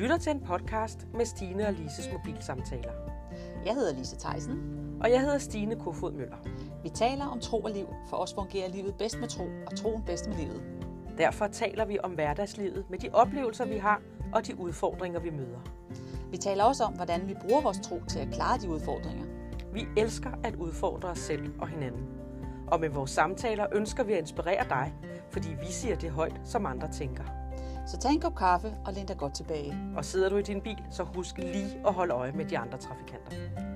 lytter til en podcast med Stine og Lises mobilsamtaler. Jeg hedder Lise Theisen. Og jeg hedder Stine Kofod Møller. Vi taler om tro og liv. For os fungerer livet bedst med tro, og troen bedst med livet. Derfor taler vi om hverdagslivet med de oplevelser, vi har, og de udfordringer, vi møder. Vi taler også om, hvordan vi bruger vores tro til at klare de udfordringer. Vi elsker at udfordre os selv og hinanden. Og med vores samtaler ønsker vi at inspirere dig, fordi vi siger det højt, som andre tænker. Så tag en kop kaffe og læn dig godt tilbage. Og sidder du i din bil, så husk lige at holde øje med de andre trafikanter.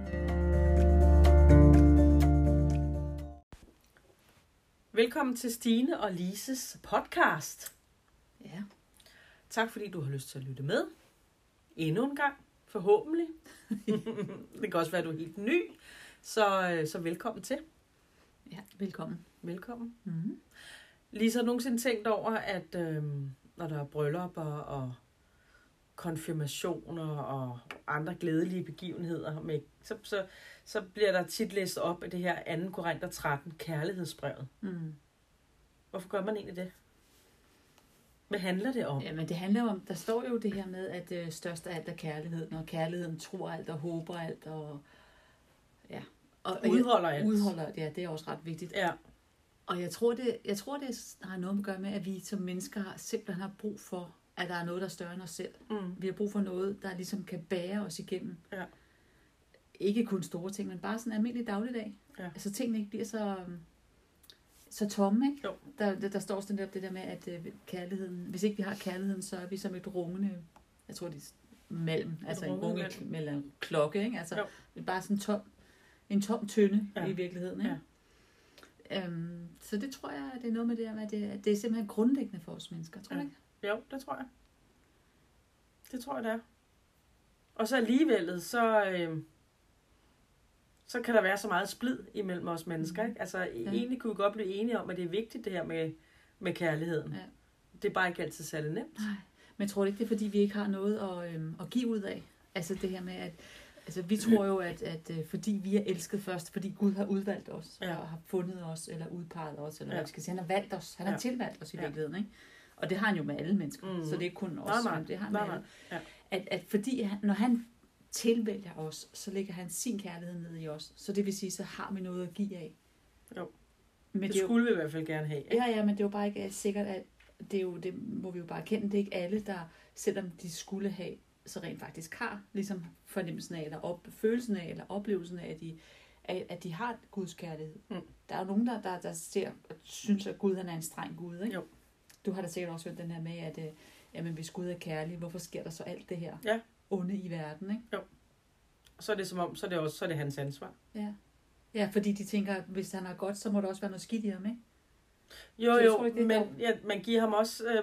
Velkommen til Stine og Lises podcast. Ja. Tak fordi du har lyst til at lytte med. Endnu en gang, forhåbentlig. Det kan også være, at du er helt ny, så velkommen til. Ja, velkommen. Velkommen. Mm-hmm. Lise, har nogensinde tænkt over, at når der er bryllupper og konfirmationer og andre glædelige begivenheder, med, så bliver der tit læst op af det her 2. Korinther 13, kærlighedsbrevet. Mm. Hvorfor gør man egentlig det? Hvad handler det om? Jamen, det handler om, der står jo det her med, at størst af alt er kærligheden, og kærligheden tror alt og håber alt, og ja. Og Udholder alt. Udholder, ja, det er også ret vigtigt. Ja. Og jeg tror, det har noget at gøre med, at vi som mennesker simpelthen har brug for, at der er noget, der er større end os selv. Mm. Vi har brug for noget, der ligesom kan bære os igennem. Ja. Ikke kun store ting, men bare sådan en almindelig dagligdag. Ja. Altså tingene ikke bliver så tomme, ikke? Jo. Der står sådan det der med, at kærligheden, hvis ikke vi har kærligheden, så er vi som et rungende, jeg tror det er malm, altså en runge klokke, ikke? Altså det er bare sådan en tom tønde i virkeligheden, ikke? Ja. Så det tror jeg, at det er noget med det her med, at det er simpelthen grundlæggende for os mennesker, tror du ikke? Jo, det tror jeg. Det tror jeg, det er. Og så alligevel, så kan der være så meget splid imellem os mennesker, ikke? Altså, egentlig kunne vi godt blive enige om, at det er vigtigt, det her med kærligheden. Ja. Det er bare ikke altid særlig nemt. Nej, men jeg tror ikke, det er, fordi vi ikke har noget at give ud af. Altså det her med, at altså, vi tror jo, at fordi vi er elsket først, fordi Gud har udvalgt os, og har fundet os, eller udpeget os, eller hvad skal sige, han har valgt os, han har tilvalgt os i virkeligheden, ikke? Og det har han jo med alle mennesker, så det er ikke kun os, men det har han med alle. Ja. At fordi, når han tilvælger os, så lægger han sin kærlighed ned i os. Så det vil sige, så har vi noget at give af. Jo. Men det skulle vi i hvert fald gerne have. Ja, men det er jo bare ikke sikkert, at det må vi jo bare kende. Det er ikke alle, der, selvom de skulle have, så rent faktisk har ligesom fornemmelsen af, eller følelsen af, eller oplevelsen af, at de har Guds kærlighed. Mm. Der er jo nogen, der ser og synes, at Gud han er en streng Gud, ikke? Jo. Du har da sikkert også hørt den her med, at jamen, hvis Gud er kærlig, hvorfor sker der så alt det her onde i verden, ikke? Jo. Så er det som om, så er det hans ansvar. Ja, fordi de tænker, at hvis han er godt, så må der også være noget skidt i ham, ikke? Jo, men man giver ham også,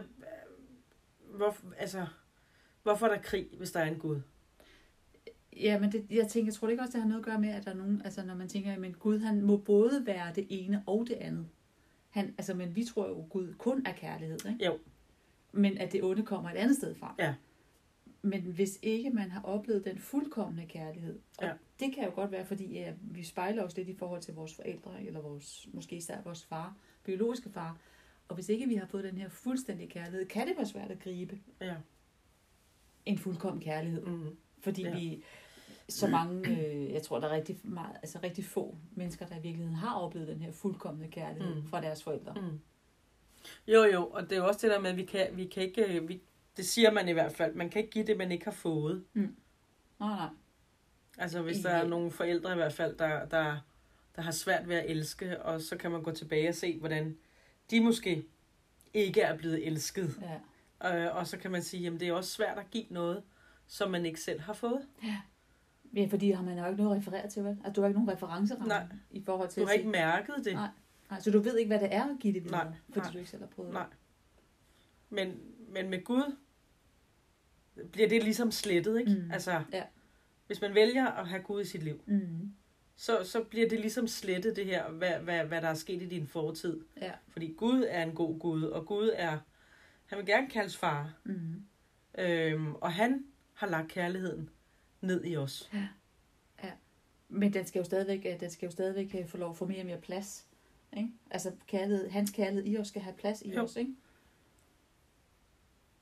hvorfor er der krig, hvis der er en Gud? Ja, men jeg tror ikke også, det har noget at gøre med, at der er nogen, altså når man tænker, at Gud, han må både være det ene og det andet. Men vi tror jo, at Gud kun er kærlighed, ikke? Jo. Men at det onde kommer et andet sted fra. Ja. Men hvis ikke man har oplevet den fuldkomne kærlighed, og det kan jo godt være, fordi vi spejler os lidt i forhold til vores forældre, eller måske især vores far, biologiske far, og hvis ikke vi har fået den her fuldstændige kærlighed, kan det være svært at gribe en fuldkommen kærlighed. Mm-hmm. Fordi vi, så mange, jeg tror, der er rigtig få mennesker, der i virkeligheden har oplevet den her fuldkomne kærlighed fra deres forældre. Mm. Jo, og det er jo også det der med, at vi kan ikke, det siger man i hvert fald, man kan ikke give det, man ikke har fået. Mm. Nej. Altså hvis der er nogle forældre i hvert fald, der har svært ved at elske, og så kan man gå tilbage og se, hvordan de måske ikke er blevet elsket. Ja. Og så kan man sige, jamen det er også svært at give noget, som man ikke selv har fået. Ja, fordi har man jo ikke noget at referere til, vel? Altså, du har ikke nogen referenceramme i forhold til... Du har ikke mærket det. Nej, så du ved ikke, hvad det er at give det videre, fordi du ikke selv har prøvet det. Nej. Men med Gud bliver det ligesom slettet, ikke? Mm. Altså, hvis man vælger at have Gud i sit liv, så bliver det ligesom slettet det her, hvad der er sket i din fortid. Ja. Fordi Gud er en god Gud, og Gud han vil gerne kaldes far. Mm. Og han har lagt kærligheden ned i os. Ja. Men den skal jo stadigvæk få lov at få mere og mere plads. Ikke? Altså hans kærlighed i os skal have plads i os, ikke?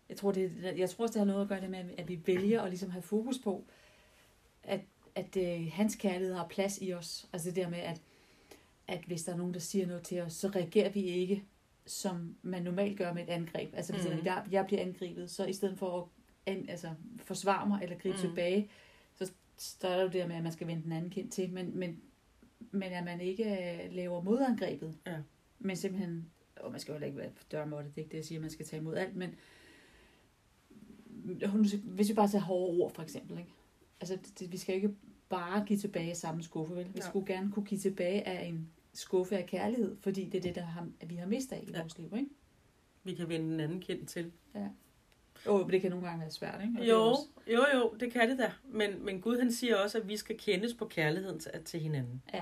Jeg tror også, det har noget at gøre det med, at vi vælger at ligesom have fokus på, at hans kærlighed har plads i os. Altså det der med, at hvis der er nogen, der siger noget til os, så reagerer vi ikke, som man normalt gør med et angreb. Altså hvis jeg bliver angrebet, så i stedet for at forsvare mig eller gribe tilbage, så er der jo det med, at man skal vende den anden kind til. Men at man ikke laver modangrebet, men simpelthen, og man skal jo heller ikke være dørmåtte, det er ikke det, jeg siger, at man skal tage imod alt, men hvis vi bare tager hårde ord, for eksempel, ikke? Altså, vi skal ikke bare give tilbage samme skuffe, vel? Vi skulle gerne kunne give tilbage af en skuffe af kærlighed, fordi det er det, vi har mistet af i vores liv, ikke? Vi kan vende den anden kind til. Ja. Men det kan nogle gange være svært, ikke? Jo, det kan det da. Men Gud, han siger også, at vi skal kendes på kærligheden til hinanden. Ja.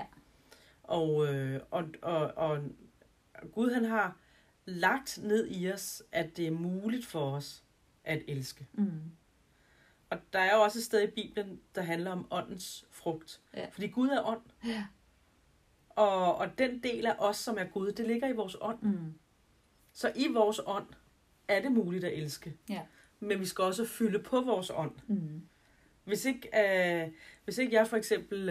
Og Gud, han har lagt ned i os, at det er muligt for os at elske. Og der er jo også et sted i Bibelen, der handler om åndens frugt. Ja. Fordi Gud er ånd. Ja. Og den del af os, som er Gud, det ligger i vores ånd. Så i vores ånd er det muligt at elske. Ja. Men vi skal også fylde på vores ånd. Hvis ikke jeg for eksempel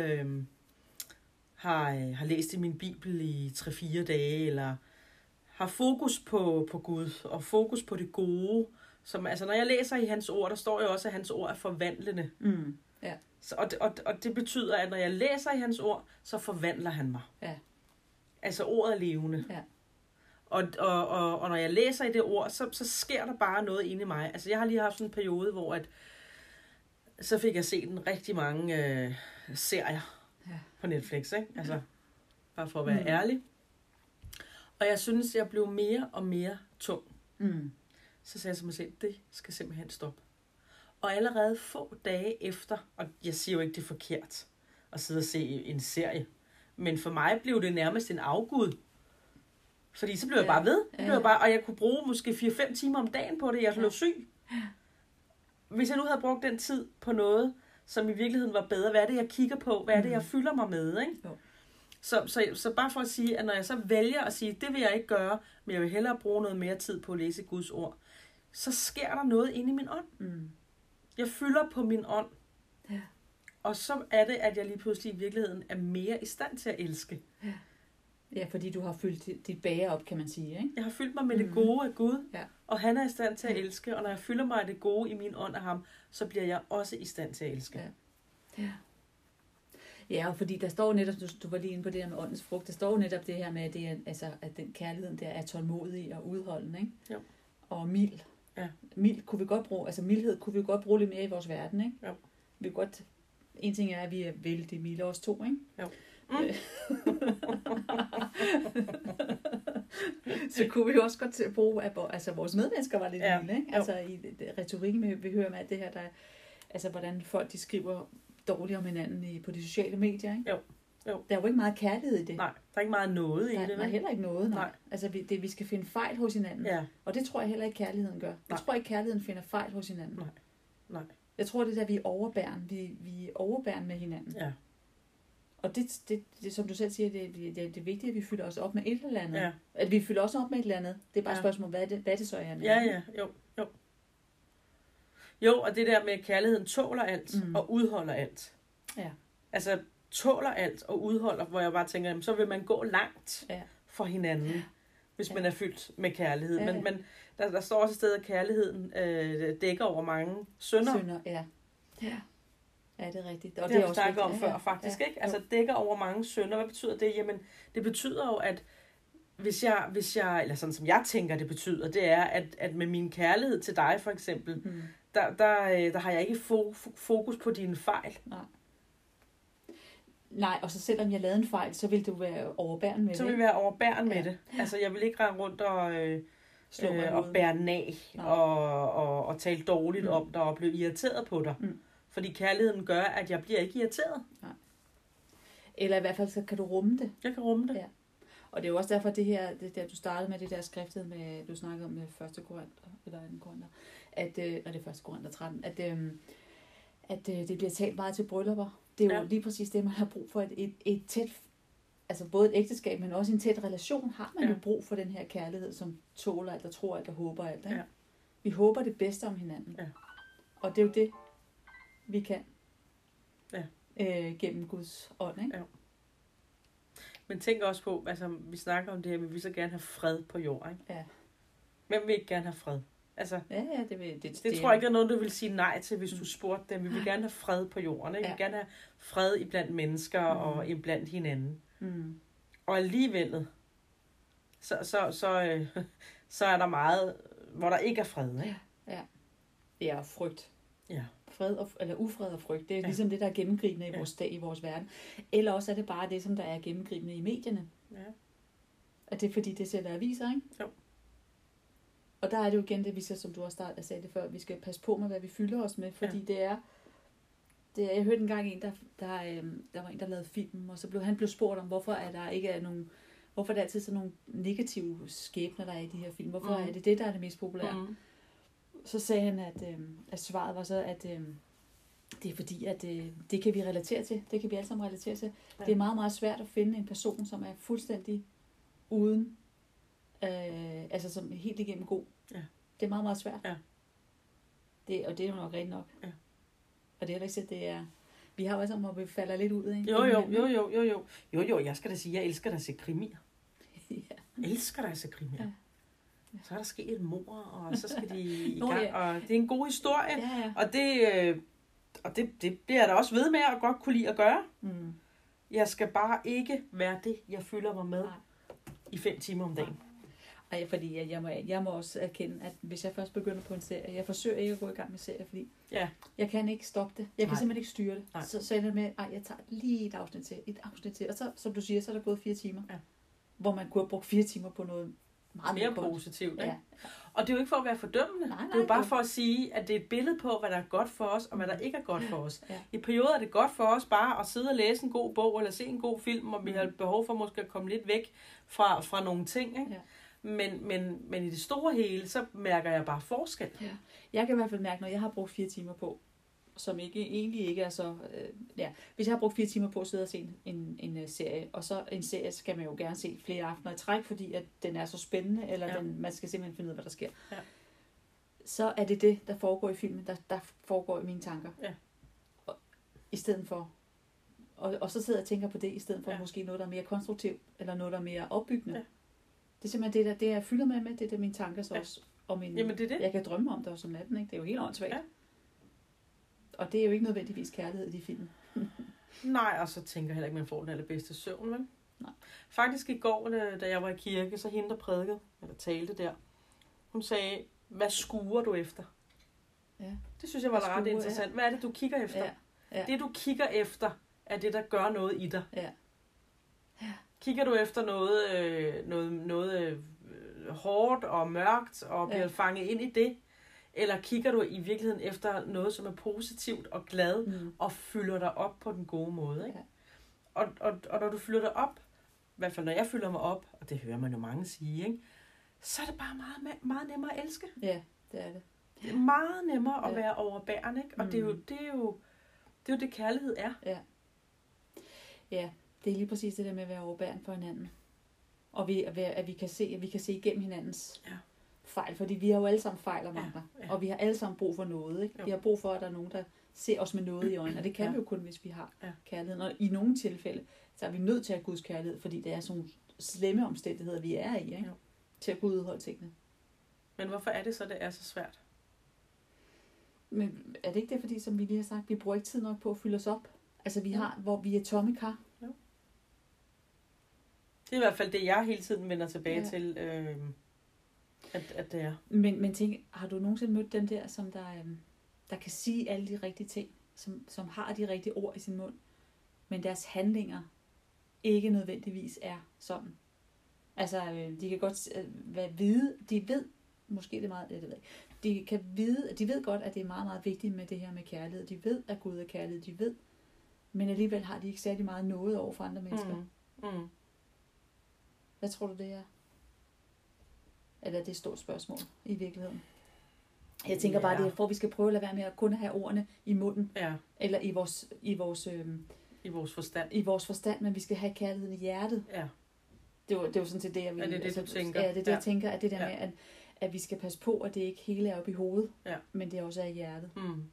har læst i min Bibel i 3-4 dage, eller har fokus på Gud, og fokus på det gode, som, altså når jeg læser i hans ord, der står jo også, at hans ord er forvandlende. Ja. Og det betyder, at når jeg læser i hans ord, så forvandler han mig. Ja. Altså ordet er levende. Ja. Og når jeg læser i det ord, så sker der bare noget inde i mig. Altså jeg har lige haft sådan en periode, hvor så fik jeg set rigtig mange serier på Netflix, ikke? Altså, bare for at være ærlig. Og jeg synes, jeg blev mere og mere tung. Så sagde jeg til mig selv, det skal simpelthen stoppe. Og allerede få dage efter, og jeg siger jo ikke, det er forkert at sidde og se en serie, men for mig blev det nærmest en afgud. Fordi så blev jeg bare ved. Og jeg kunne bruge måske 4-5 timer om dagen på det. Jeg blev syg. Hvis jeg nu havde brugt den tid på noget, som i virkeligheden var bedre, hvad er det, jeg kigger på? Hvad er det, jeg fylder mig med? Ikke? Så bare for at sige, at når jeg så vælger at sige, det vil jeg ikke gøre, men jeg vil hellere bruge noget mere tid på at læse Guds ord, så sker der noget inde i min ånd. Jeg fylder på min ånd. Ja. Og så er det, at jeg lige pludselig i virkeligheden er mere i stand til at elske. Ja, fordi du har fyldt dit bager op, kan man sige, ikke? Jeg har fyldt mig med det gode af Gud, og han er i stand til at elske, og når jeg fylder mig af det gode i min ånd af ham, så bliver jeg også i stand til at elske. Ja, og fordi der står netop, du var lige inde på det her med åndens frugt, der står netop det her med, at den kærligheden der er tålmodig og udholdende, ikke? Jo. Og mild. Ja. Mild kunne vi godt bruge, altså mildhed kunne vi godt bruge lidt mere i vores verden, ikke? Jo. Vi godt, en ting er, at vi er vældig milde os to, ikke? Jo. Så kunne vi også godt bruge, at vores medmennesker var lidt milde, ikke? Altså i retorikken, vi hører med det her, der, altså hvordan folk de skriver dårligt om hinanden på de sociale medier, ikke? Jo. Der er jo ikke meget kærlighed i det. Nej, der er ikke meget noget i det. Der er heller ikke noget, nej. Altså vi skal finde fejl hos hinanden. Ja. Og det tror jeg heller ikke kærligheden gør. Jeg tror ikke kærligheden finder fejl hos hinanden. Nej. Jeg tror det der, vi er overbærende. Vi er overbærende med hinanden. Ja. Og det som du selv siger, det er vigtigt, at vi fylder os op med et eller andet. Ja. At vi fylder os op med et eller andet. Det er bare et spørgsmål, hvad er det så, jeg er? Jo, og det der med, at kærligheden tåler alt og udholder alt. Ja. Altså tåler alt og udholder, hvor jeg bare tænker, jamen, så vil man gå langt for hinanden, hvis man er fyldt med kærlighed. Ja. Men der står også et sted, at kærligheden dækker over mange synder. Ja, det er rigtigt. Og det har vi snakket om før, faktisk. Ikke? Altså dækker over mange synder. Hvad betyder det? Jamen, det betyder jo, at hvis jeg, eller sådan som jeg tænker, det betyder, det er, at med min kærlighed til dig, for eksempel, der har jeg ikke fokus på dine fejl. Nej, og så selvom jeg lavede en fejl, så vil du være overbærende med det. Så vil jeg være overbærende med det. Altså, jeg vil ikke rende rundt og bære nag og tale dårligt om dig og blive irriteret på dig. Fordi kærligheden gør, at jeg bliver ikke irriteret. Nej. Eller i hvert fald, så kan du rumme det. Jeg kan rumme det. Ja. Og det er jo også derfor, det der, du startede med det der skriftet, med, du snakkede om med 1. Korinther, eller 2. Korinther, det er 1. Korinther 13, at det bliver talt meget til bryllupper. Det er jo lige præcis det, man har brug for. Et tæt, altså både et ægteskab, men også en tæt relation, har man jo brug for den her kærlighed, som tåler alt og tror alt og håber alt. Ikke? Ja. Vi håber det bedste om hinanden. Ja. Og det er jo det, vi kan. Ja. Gennem Guds ånd, ikke? Ja. Men tænk også på, altså vi snakker om det her, men vi vil så gerne have fred på jorden, ikke? Ja. Hvem vil ikke gerne have fred? Altså, Ja, det tror jeg ikke er noget, du vil sige nej til, hvis du spurgte dem. Vi vil gerne have fred på jorden, ikke? Vi vil gerne have fred iblandt mennesker og iblandt hinanden. Mm. Og alligevel, så er der meget, hvor der ikke er fred, ikke? Ja, frygt. Ja. Eller ufred og frygt. Det er ligesom det, der er gennemgribende i vores dag, i vores verden. Eller også er det bare det, som der er gennemgribende i medierne. Ja. At det er fordi, det sælger aviser, ikke? Jo. Og der er det jo igen det, vi skal, som du også sagde det før, vi skal passe på med, hvad vi fylder os med. Fordi det er, jeg hørte engang en, der var en, der lavede film, og så han blev spurgt om, hvorfor er der ikke er nogen, hvorfor er der altid sådan nogle negative skæbner, der er i de her film. Hvorfor er det, der er det mest populære? Mm. Så sagde han, at svaret var så, at det er fordi, at det kan vi relatere til. Det kan vi alle sammen relatere til. Ja. Det er meget, meget svært at finde en person, som er fuldstændig uden, altså som helt igennem god. Ja. Det er meget, meget svært. Ja. Og det er jo nok rent nok. Ja. Og det er heller ikke set, det er... Vi har jo alle sammen, hvor vi falder lidt ud, ikke? Jo, jeg skal da sige, jeg elsker da at se krimier. Jeg elsker da at se krimier. Ja. Så er der sket et mord, og så skal de i gang, og det er en god historie, og det bliver jeg da også ved med at godt kunne lide at gøre. Mm. Jeg skal bare ikke være det, jeg fylder mig med i 5 timer om dagen. Ej, fordi jeg må også erkende, at hvis jeg først begynder på en serie, jeg forsøger ikke at gå i gang med serier, fordi jeg kan ikke stoppe det. Jeg kan simpelthen ikke styre det. Så ender det med, jeg tager lige et afsnit til, og så, som du siger, så er der gået 4 timer, hvor man kunne have brugt 4 timer på noget meget mere positivt. Ikke? Ja. Og det er jo ikke for at være fordømmende. Nej, det er jo bare for at sige, at det er et billede på, hvad der er godt for os, og hvad der ikke er godt for os. Ja. I perioder er det godt for os bare at sidde og læse en god bog, eller se en god film, og vi har behov for måske at komme lidt væk fra nogle ting. Ikke? Ja. Men i det store hele, så mærker jeg bare forskel. Ja. Jeg kan i hvert fald mærke, når jeg har brugt 4 timer på, som egentlig ikke er så... Hvis jeg har brugt 4 timer på at sidde og se en serie, og så en serie skal man jo gerne se flere aftener i træk, fordi at den er så spændende, eller man skal simpelthen finde ud af, hvad der sker. Ja. Så er det, der foregår i filmen, der foregår i mine tanker. Ja. I stedet for... Og så sidder jeg og tænker på det, i stedet for måske noget, der er mere konstruktivt, eller noget, der er mere opbyggende. Ja. Det er simpelthen det jeg fylder mig med, det er mine tanker så også. Og Jamen, det er det. Jeg kan drømme om det også om natten, ikke? Det er jo helt åndssvagt. Ja. Og det er jo ikke nødvendigvis kærlighed i de film. Nej, og så tænker jeg heller ikke, man får den allerbedste søvn, vel? Nej. Faktisk i går, da jeg var i kirke, så hende, der prædikede, eller talte der, hun sagde, hvad skuer du efter? Ja. Det synes jeg var ret interessant. Hvad er det, du kigger efter? Ja. Ja. Det, du kigger efter, er det, der gør noget i dig. Ja. Ja. Kigger du efter noget hårdt og mørkt, og bliver fanget ind i det? Eller kigger du i virkeligheden efter noget, som er positivt og glad, og fylder dig op på den gode måde, ikke? Ja. Og når du fylder dig op, i hvert fald når jeg fylder mig op, og det hører man jo mange sige, ikke? Så er det bare meget, meget nemmere at elske. Ja, det er det. Det er meget nemmere at være overbærende, ikke? Og det er jo det, kærlighed er. Ja. Ja, det er lige præcis det der med at være overbærende for hinanden. Og at vi kan se igennem hinandens fejl, fordi vi har jo alle sammen fejl og mangler, og vi har alle sammen brug for noget, ikke? Vi har brug for, at der er nogen, der ser os med noget i øjnene, og det kan vi jo kun, hvis vi har kærligheden. Og i nogle tilfælde, så er vi nødt til at have Guds kærlighed, fordi det er sådan nogle slemme omstændigheder, vi er i, ikke? Til at kunne udholde tingene. Men hvorfor er det så, det er så svært? Men er det ikke det, fordi, som vi lige har sagt, vi bruger ikke tid nok på at fylde os op? Altså vi har, hvor vi er tomme kar. Jo. Det er i hvert fald det, jeg hele tiden vender tilbage til, at det er. Men tænk, har du nogensinde mødt den der, som der kan sige alle de rigtige ting, som har de rigtige ord i sin mund, men deres handlinger ikke nødvendigvis er sådan? Altså, de kan godt vide, de ved, måske det er meget, det ved jeg ikke, de ved godt, at det er meget, meget vigtigt med det her med kærlighed. De ved, at Gud er kærlighed, de ved, men alligevel har de ikke særlig meget noget over for andre mennesker. Hvad tror du, det er? Eller det er et stort spørgsmål i virkeligheden. Jeg tænker bare, det er for, at vi skal prøve at lade være med at kun have ordene i munden. Ja. Eller i vores forstand. I vores forstand, men vi skal have kærligheden i hjertet. Ja. Det var sådan set det, jeg ville. Er det det, du tænker? Ja, det er det, jeg tænker. At det der med, at vi skal passe på, at det ikke hele er oppe i hovedet, men det også er i hjertet.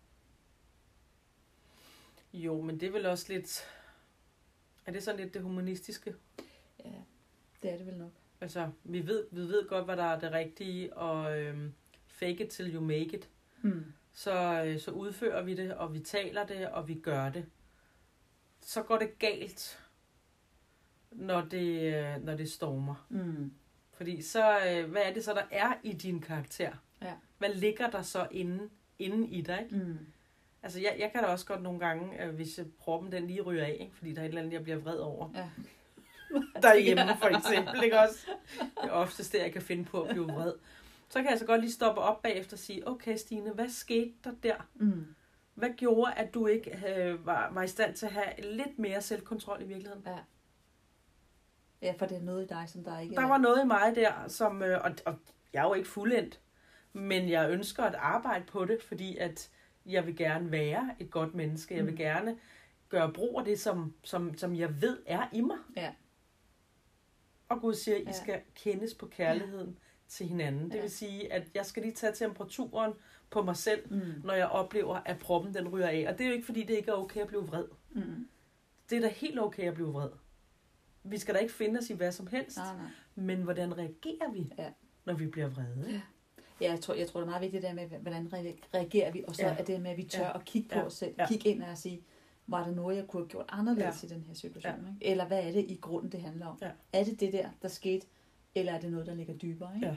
Jo, men det er vel også lidt... Er det sådan lidt det humanistiske? Ja, det er det vel nok. Altså, vi ved godt, hvad der er det rigtige, og fake it till you make it. Så udfører vi det, og vi taler det, og vi gør det. Så går det galt, når det stormer. Fordi så, hvad er det så, der er i din karakter? Ja. Hvad ligger der så inde i dig? Ikke? Altså, jeg kan da også godt nogle gange, hvis proppen den lige ryger af, ikke? Fordi der er et eller andet, jeg bliver vred over. Ja. Derhjemme for eksempel, ikke også? Det er oftest det, jeg kan finde på at blive vred. Så kan jeg så godt lige stoppe op bagefter og sige, okay Stine, hvad skete der der? Hvad gjorde, at du ikke var i stand til at have lidt mere selvkontrol i virkeligheden? Ja. Ja, for det er noget i dig, som der ikke er. Der var noget i mig der, som, og jeg er jo ikke fuldendt, men jeg ønsker at arbejde på det, fordi at jeg vil gerne være et godt menneske. Jeg vil gerne gøre brug af det, som jeg ved er i mig. Ja. Og Gud siger, at I skal kendes på kærligheden til hinanden. Det vil sige, at jeg skal lige tage temperaturen på mig selv, når jeg oplever, at proppen den ryger af. Og det er jo ikke, fordi det ikke er okay at blive vred. Det er da helt okay at blive vred. Vi skal da ikke finde os i hvad som helst. Nej. Men hvordan reagerer vi, når vi bliver vrede? Ja. Ja, jeg tror, det er meget vigtigt det med, hvordan reagerer vi. Og så er det med, at vi tør at kigge på os selv. Kigge ind og sige, var der noget, jeg kunne have gjort anderledes i den her situation? Ikke? Eller hvad er det i grunden, det handler om? Ja. Er det der skete, eller er det noget, der ligger dybere? Ikke? Ja.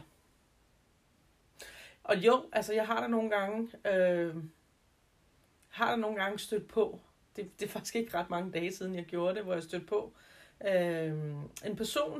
Og jo, altså jeg har der nogle gange stødt på, det er faktisk ikke ret mange dage siden, jeg gjorde det, hvor jeg stødte på, en person,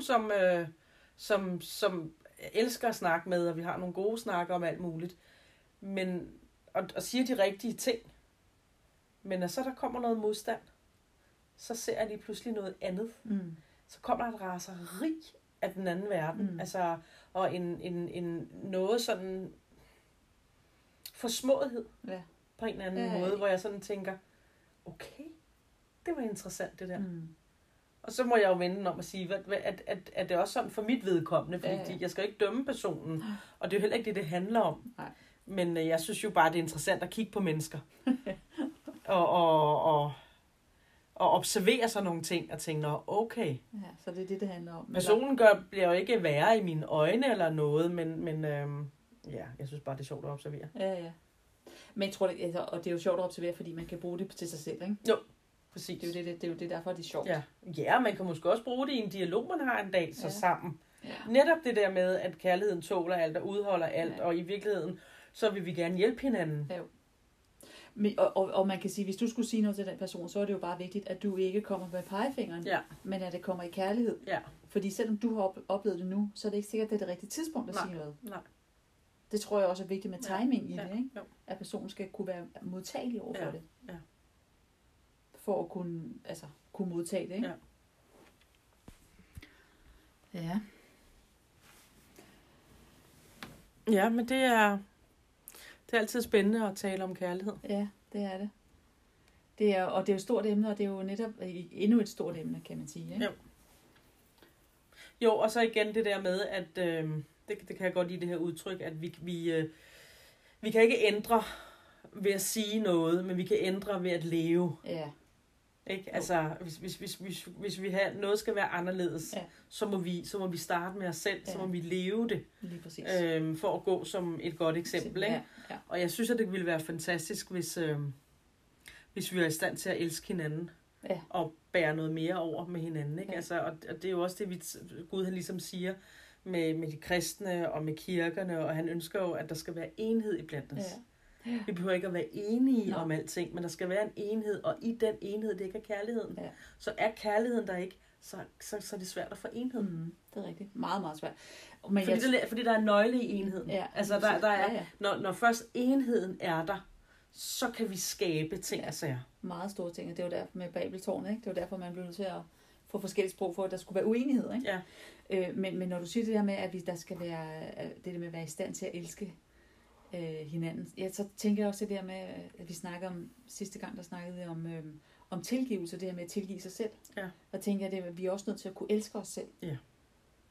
som elsker at snakke med, og vi har nogle gode snakker om alt muligt, men, og siger de rigtige ting. Men når så der kommer noget modstand, så ser jeg lige pludselig noget andet. Så kommer der et raseri af den anden verden. Altså, og en noget sådan forsmåethed på en eller anden måde, hvor jeg sådan tænker, okay, det var interessant det der. Og så må jeg jo vende om at sige, er det også sådan for mit vedkommende, fordi jeg skal ikke dømme personen, og det er jo heller ikke det handler om. Nej. Men jeg synes jo bare, det er interessant at kigge på mennesker. og observere sådan nogle ting, og tænke, okay. Ja, så det er det handler om. Personen bliver jo ikke værre i mine øjne eller noget, men jeg synes bare, det er sjovt at observere. Ja. Men jeg tror, og det er jo sjovt at observere, fordi man kan bruge det til sig selv, ikke? Jo, præcis. Det er jo det derfor, det er sjovt. Ja, man kan måske også bruge det i en dialog, man har en dag, så sammen. Ja. Netop det der med, at kærligheden tåler alt og udholder alt, og i virkeligheden, så vil vi gerne hjælpe hinanden. Ja. Og man kan sige, hvis du skulle sige noget til den person, så er det jo bare vigtigt, at du ikke kommer med pegefingeren, men at det kommer i kærlighed. Ja. Fordi selvom du har oplevet det nu, så er det ikke sikkert, at det er det rigtige tidspunkt at sige noget. Nej. Det tror jeg også er vigtigt med timing i det, ikke? At personen skal kunne være modtagelig over for det. Ja. For at kunne modtage det, ikke? Ja. Ja, men det er altid spændende at tale om kærlighed. Ja, det er det. Og det er jo et stort emne, og det er jo netop endnu et stort emne, kan man sige. Ikke? Jo, og så igen det der med, at det kan jeg godt lide det her udtryk, at vi kan ikke ændre ved at sige noget, men vi kan ændre ved at leve. Ja. Ikke? Altså, hvis vi har noget skal være anderledes, så må vi starte med os selv, så må vi leve det, for at gå som et godt eksempel. Ikke? Ja. Og jeg synes, at det ville være fantastisk, hvis vi er i stand til at elske hinanden, og bære noget mere over med hinanden. Ikke? Ja. Altså, og det er jo også det, Gud han ligesom siger med de kristne og med kirkerne, og han ønsker jo, at der skal være enhed iblandt os. Ja. Ja. Vi behøver ikke at være enige om alting, men der skal være en enhed, og i den enhed, det ikke er kærligheden. Ja. Så er kærligheden der ikke, så er det svært at få enhed. Det er rigtigt. Meget, meget svært. Men fordi der er nøgle i enheden. Ja, altså, der er, når først enheden er der, så kan vi skabe ting og sager. Meget store ting, og det er jo derfor med Babeltårnet, ikke? Det er jo derfor, man bliver nødt til at få forskellige sprog for, at der skulle være uenighed, ikke? Ja. Men når du siger det der med, at der skal være det der med at være i stand til at elske hinanden, så tænker jeg også det der med, at vi snakker om, sidste gang der snakkede vi om tilgivelse, det her med at tilgive sig selv. Ja. Og tænker jeg, at vi er også nødt til at kunne elske os selv. Ja.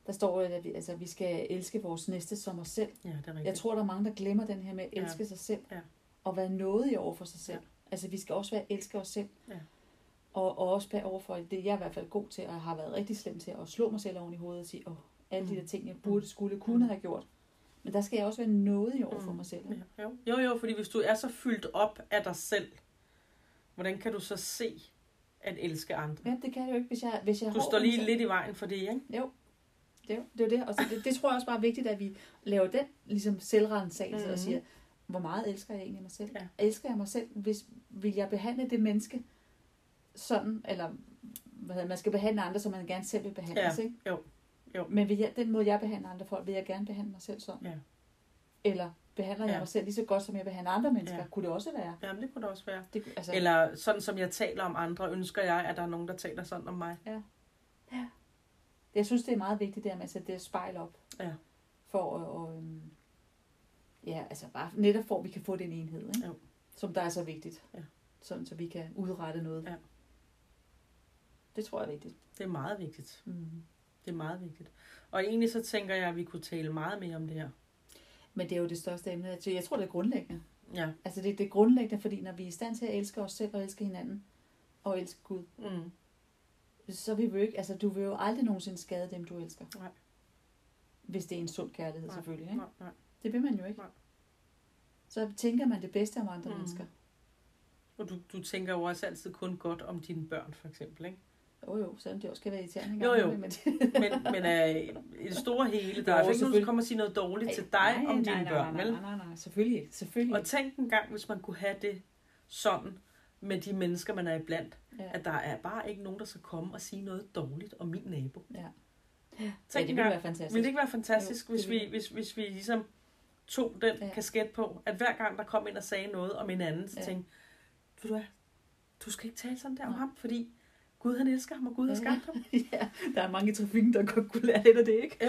Der står, at vi skal elske vores næste som os selv. Ja, det er rigtigt. Jeg tror, der er mange, der glemmer den her med at elske sig selv. Ja. Og være nådig over for sig selv. Ja. Altså, vi skal også elske os selv. Ja. Og også være over for, det jeg er i hvert fald god til, og har været rigtig slem til, at slå mig selv oven i hovedet og sige, alle de der ting, jeg kunne have gjort. Men der skal jeg også være nådig over for mig selv. Jo, fordi hvis du er så fyldt op af dig selv, hvordan kan du så se at elske andre? Ja, det kan jeg jo ikke, hvis jeg du står lige lidt i vejen for det, ikke? Jo. Det er jo det. Og det tror jeg også bare er vigtigt, at vi laver den ligesom selvrensagelse og siger, hvor meget elsker jeg egentlig mig selv? Ja. Elsker jeg mig selv, vil jeg behandle det menneske sådan, eller man skal behandle andre, som man gerne selv vil behandles, ikke? Jo. Men den måde, jeg behandler andre folk, vil jeg gerne behandle mig selv sådan. Ja. Eller behandler jeg mig selv lige så godt, som jeg behandler andre mennesker? Ja. Kunne det også være? Jamen, det kunne det også være. Eller sådan, som jeg taler om andre, ønsker jeg, at der er nogen, der taler sådan om mig. Ja. Jeg synes, det er meget vigtigt, at man sætter det spejl op. Ja. For bare netop for, at vi kan få den enhed, ikke? Som der er så vigtigt. Ja. Sådan, så vi kan udrette noget. Ja. Det tror jeg er vigtigt. Det er meget vigtigt. Det er meget vigtigt. Og egentlig så tænker jeg, at vi kunne tale meget mere om det her. Men det er jo det største emne. Jeg tror, det er grundlæggende. Ja. Altså det er grundlæggende, fordi når vi er i stand til at elske os selv og elske hinanden, og elske Gud, så vil vi jo ikke, du vil jo aldrig nogensinde skade dem, du elsker. Nej. Hvis det er en sund kærlighed, selvfølgelig. Ikke? Nej. Det vil man jo ikke. Nej. Så tænker man det bedste om andre mennesker. Og du tænker jo også altid kun godt om dine børn, for eksempel, ikke? Jo, selvom det også kan være irriterende. Jo. Men i det store hele, der er ikke nogen, der kommer og sige noget dårligt til dig om dine børn, vel? Nej, selvfølgelig. Og tænk en gang, hvis man kunne have det sådan med de mennesker, man er iblandt, at der er bare ikke nogen, der skal komme og sige noget dårligt om min nabo. Ja, det ville være fantastisk. Ville det ikke være fantastisk, hvis vi ligesom tog den kasket på, at hver gang der kom ind og sagde noget om en anden, så tænkte, ved du hvad, du skal ikke tale sådan der om ham, fordi Gud han elsker ham, og Gud har skabt ham. Ja, der er mange i trafikken, der godt kunne lære lidt af det, ikke? Jo,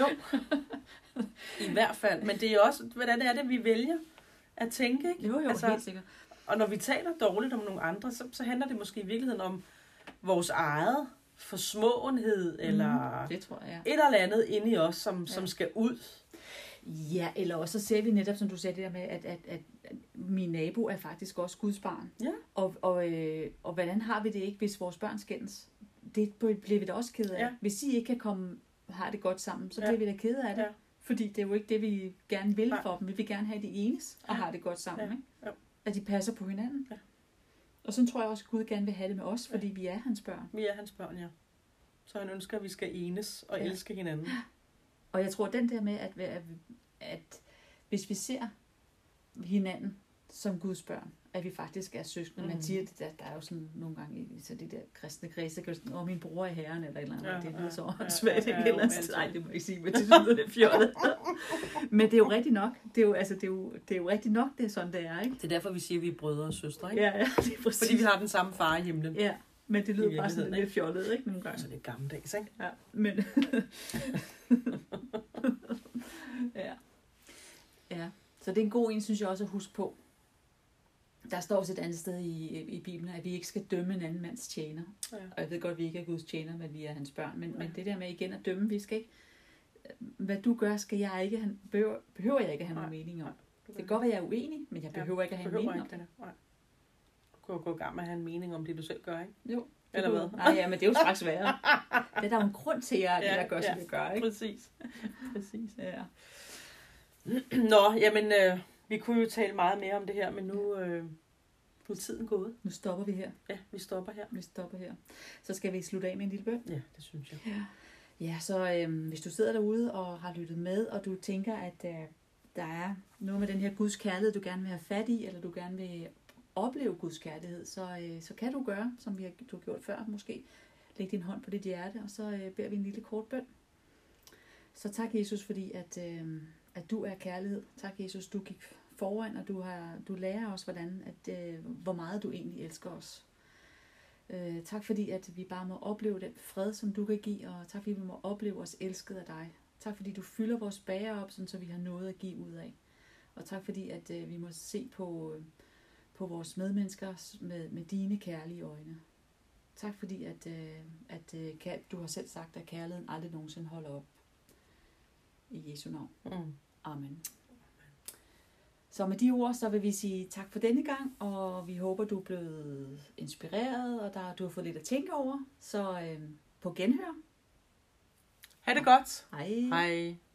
i hvert fald. Men det er også, hvordan er det, vi vælger at tænke, ikke? Jo, helt sikkert. Og når vi taler dårligt om nogle andre, så handler det måske i virkeligheden om vores eget forsmåenhed, eller det tror jeg, et eller andet inde i os, som skal ud. Ja, eller også så ser vi netop, som du sagde, det der med, at min nabo er faktisk også Guds barn. Ja. Og hvordan har vi det ikke, hvis vores børn skændes? Det bliver vi da også ked af. Ja. Hvis I ikke kan komme har det godt sammen, så bliver vi da ked af det. Ja. Fordi det er jo ikke det, vi gerne vil for dem. Vi vil gerne have det enes og har det godt sammen. Ikke? Ja. At de passer på hinanden. Ja. Og sådan tror jeg også, at Gud gerne vil have det med os, fordi vi er hans børn. Vi er hans børn, ja. Så han ønsker, at vi skal enes og elske hinanden. Og jeg tror, den der med, at hvis vi ser hinanden som Guds børn, at vi faktisk er søskende. Man siger, at der er jo sådan nogle gange i så det der kristne kredse, der min bror er herren, eller et eller andet. Det lyder så svært, ikke? Nej, det må jeg ikke sige, men det lyder lidt fjollet. Men det er jo rigtigt nok. Det er jo rigtigt nok, det er sådan, det er, ikke? Det er derfor, vi siger, at vi er brødre og søstre, ikke? Ja, det er præcis. Fordi vi har den samme far i himlen. Ja, men det lyder bare sådan lidt fjollet, ikke? Nogle gange. Så det er gammeldags, ikke? Ja, men... Ja. Så det er en god en, synes jeg også at huske på. Der står også et andet sted i Bibelen, at vi ikke skal dømme en anden mands tjener. Ja. Og jeg ved godt, at vi ikke er Guds tjener, men vi er hans børn. Men det der med igen at dømme, vi skal ikke... Hvad du gør, skal jeg ikke behøver jeg ikke have nogen mening om. Det kan godt være, jeg er uenig, men jeg behøver ikke at have en mening om det. Nej. Du kan jo gå i gang med at have en mening om det, du selv gør, ikke? Jo. Eller hvad? Nej, ja, men det er jo straks værre. Det er der jo en grund til, at jeg gør, som jeg gør, ikke? Præcis. Ja. Nå, jamen, vi kunne jo tale meget mere om det her, men nu er tiden gået. Nu stopper vi her. Ja, vi stopper her. Så skal vi slutte af med en lille bøn. Ja, det synes jeg. Ja, så hvis du sidder derude og har lyttet med, og du tænker, at der er noget med den her Guds kærlighed, du gerne vil have fat i, eller du gerne vil opleve Guds kærlighed, så kan du gøre, som du har gjort før måske. Læg din hånd på dit hjerte, og så beder vi en lille kort bøn. Så tak, Jesus, fordi at du er kærlighed. Tak, Jesus, du gik foran, og du lærer os, hvor meget du egentlig elsker os. Tak, fordi at vi bare må opleve den fred, som du kan give, og tak, fordi vi må opleve os elsket af dig. Tak, fordi du fylder vores bager op, så vi har noget at give ud af. Og tak, fordi at vi må se på vores medmennesker med dine kærlige øjne. Tak, fordi at du har selv sagt, at kærligheden aldrig nogensinde holder op. I Jesu navn. Amen. Så med de ord, så vil vi sige tak for denne gang, og vi håber, du er blevet inspireret, og du har fået lidt at tænke over. Så på genhør. Ha' det godt. Hej. Hej.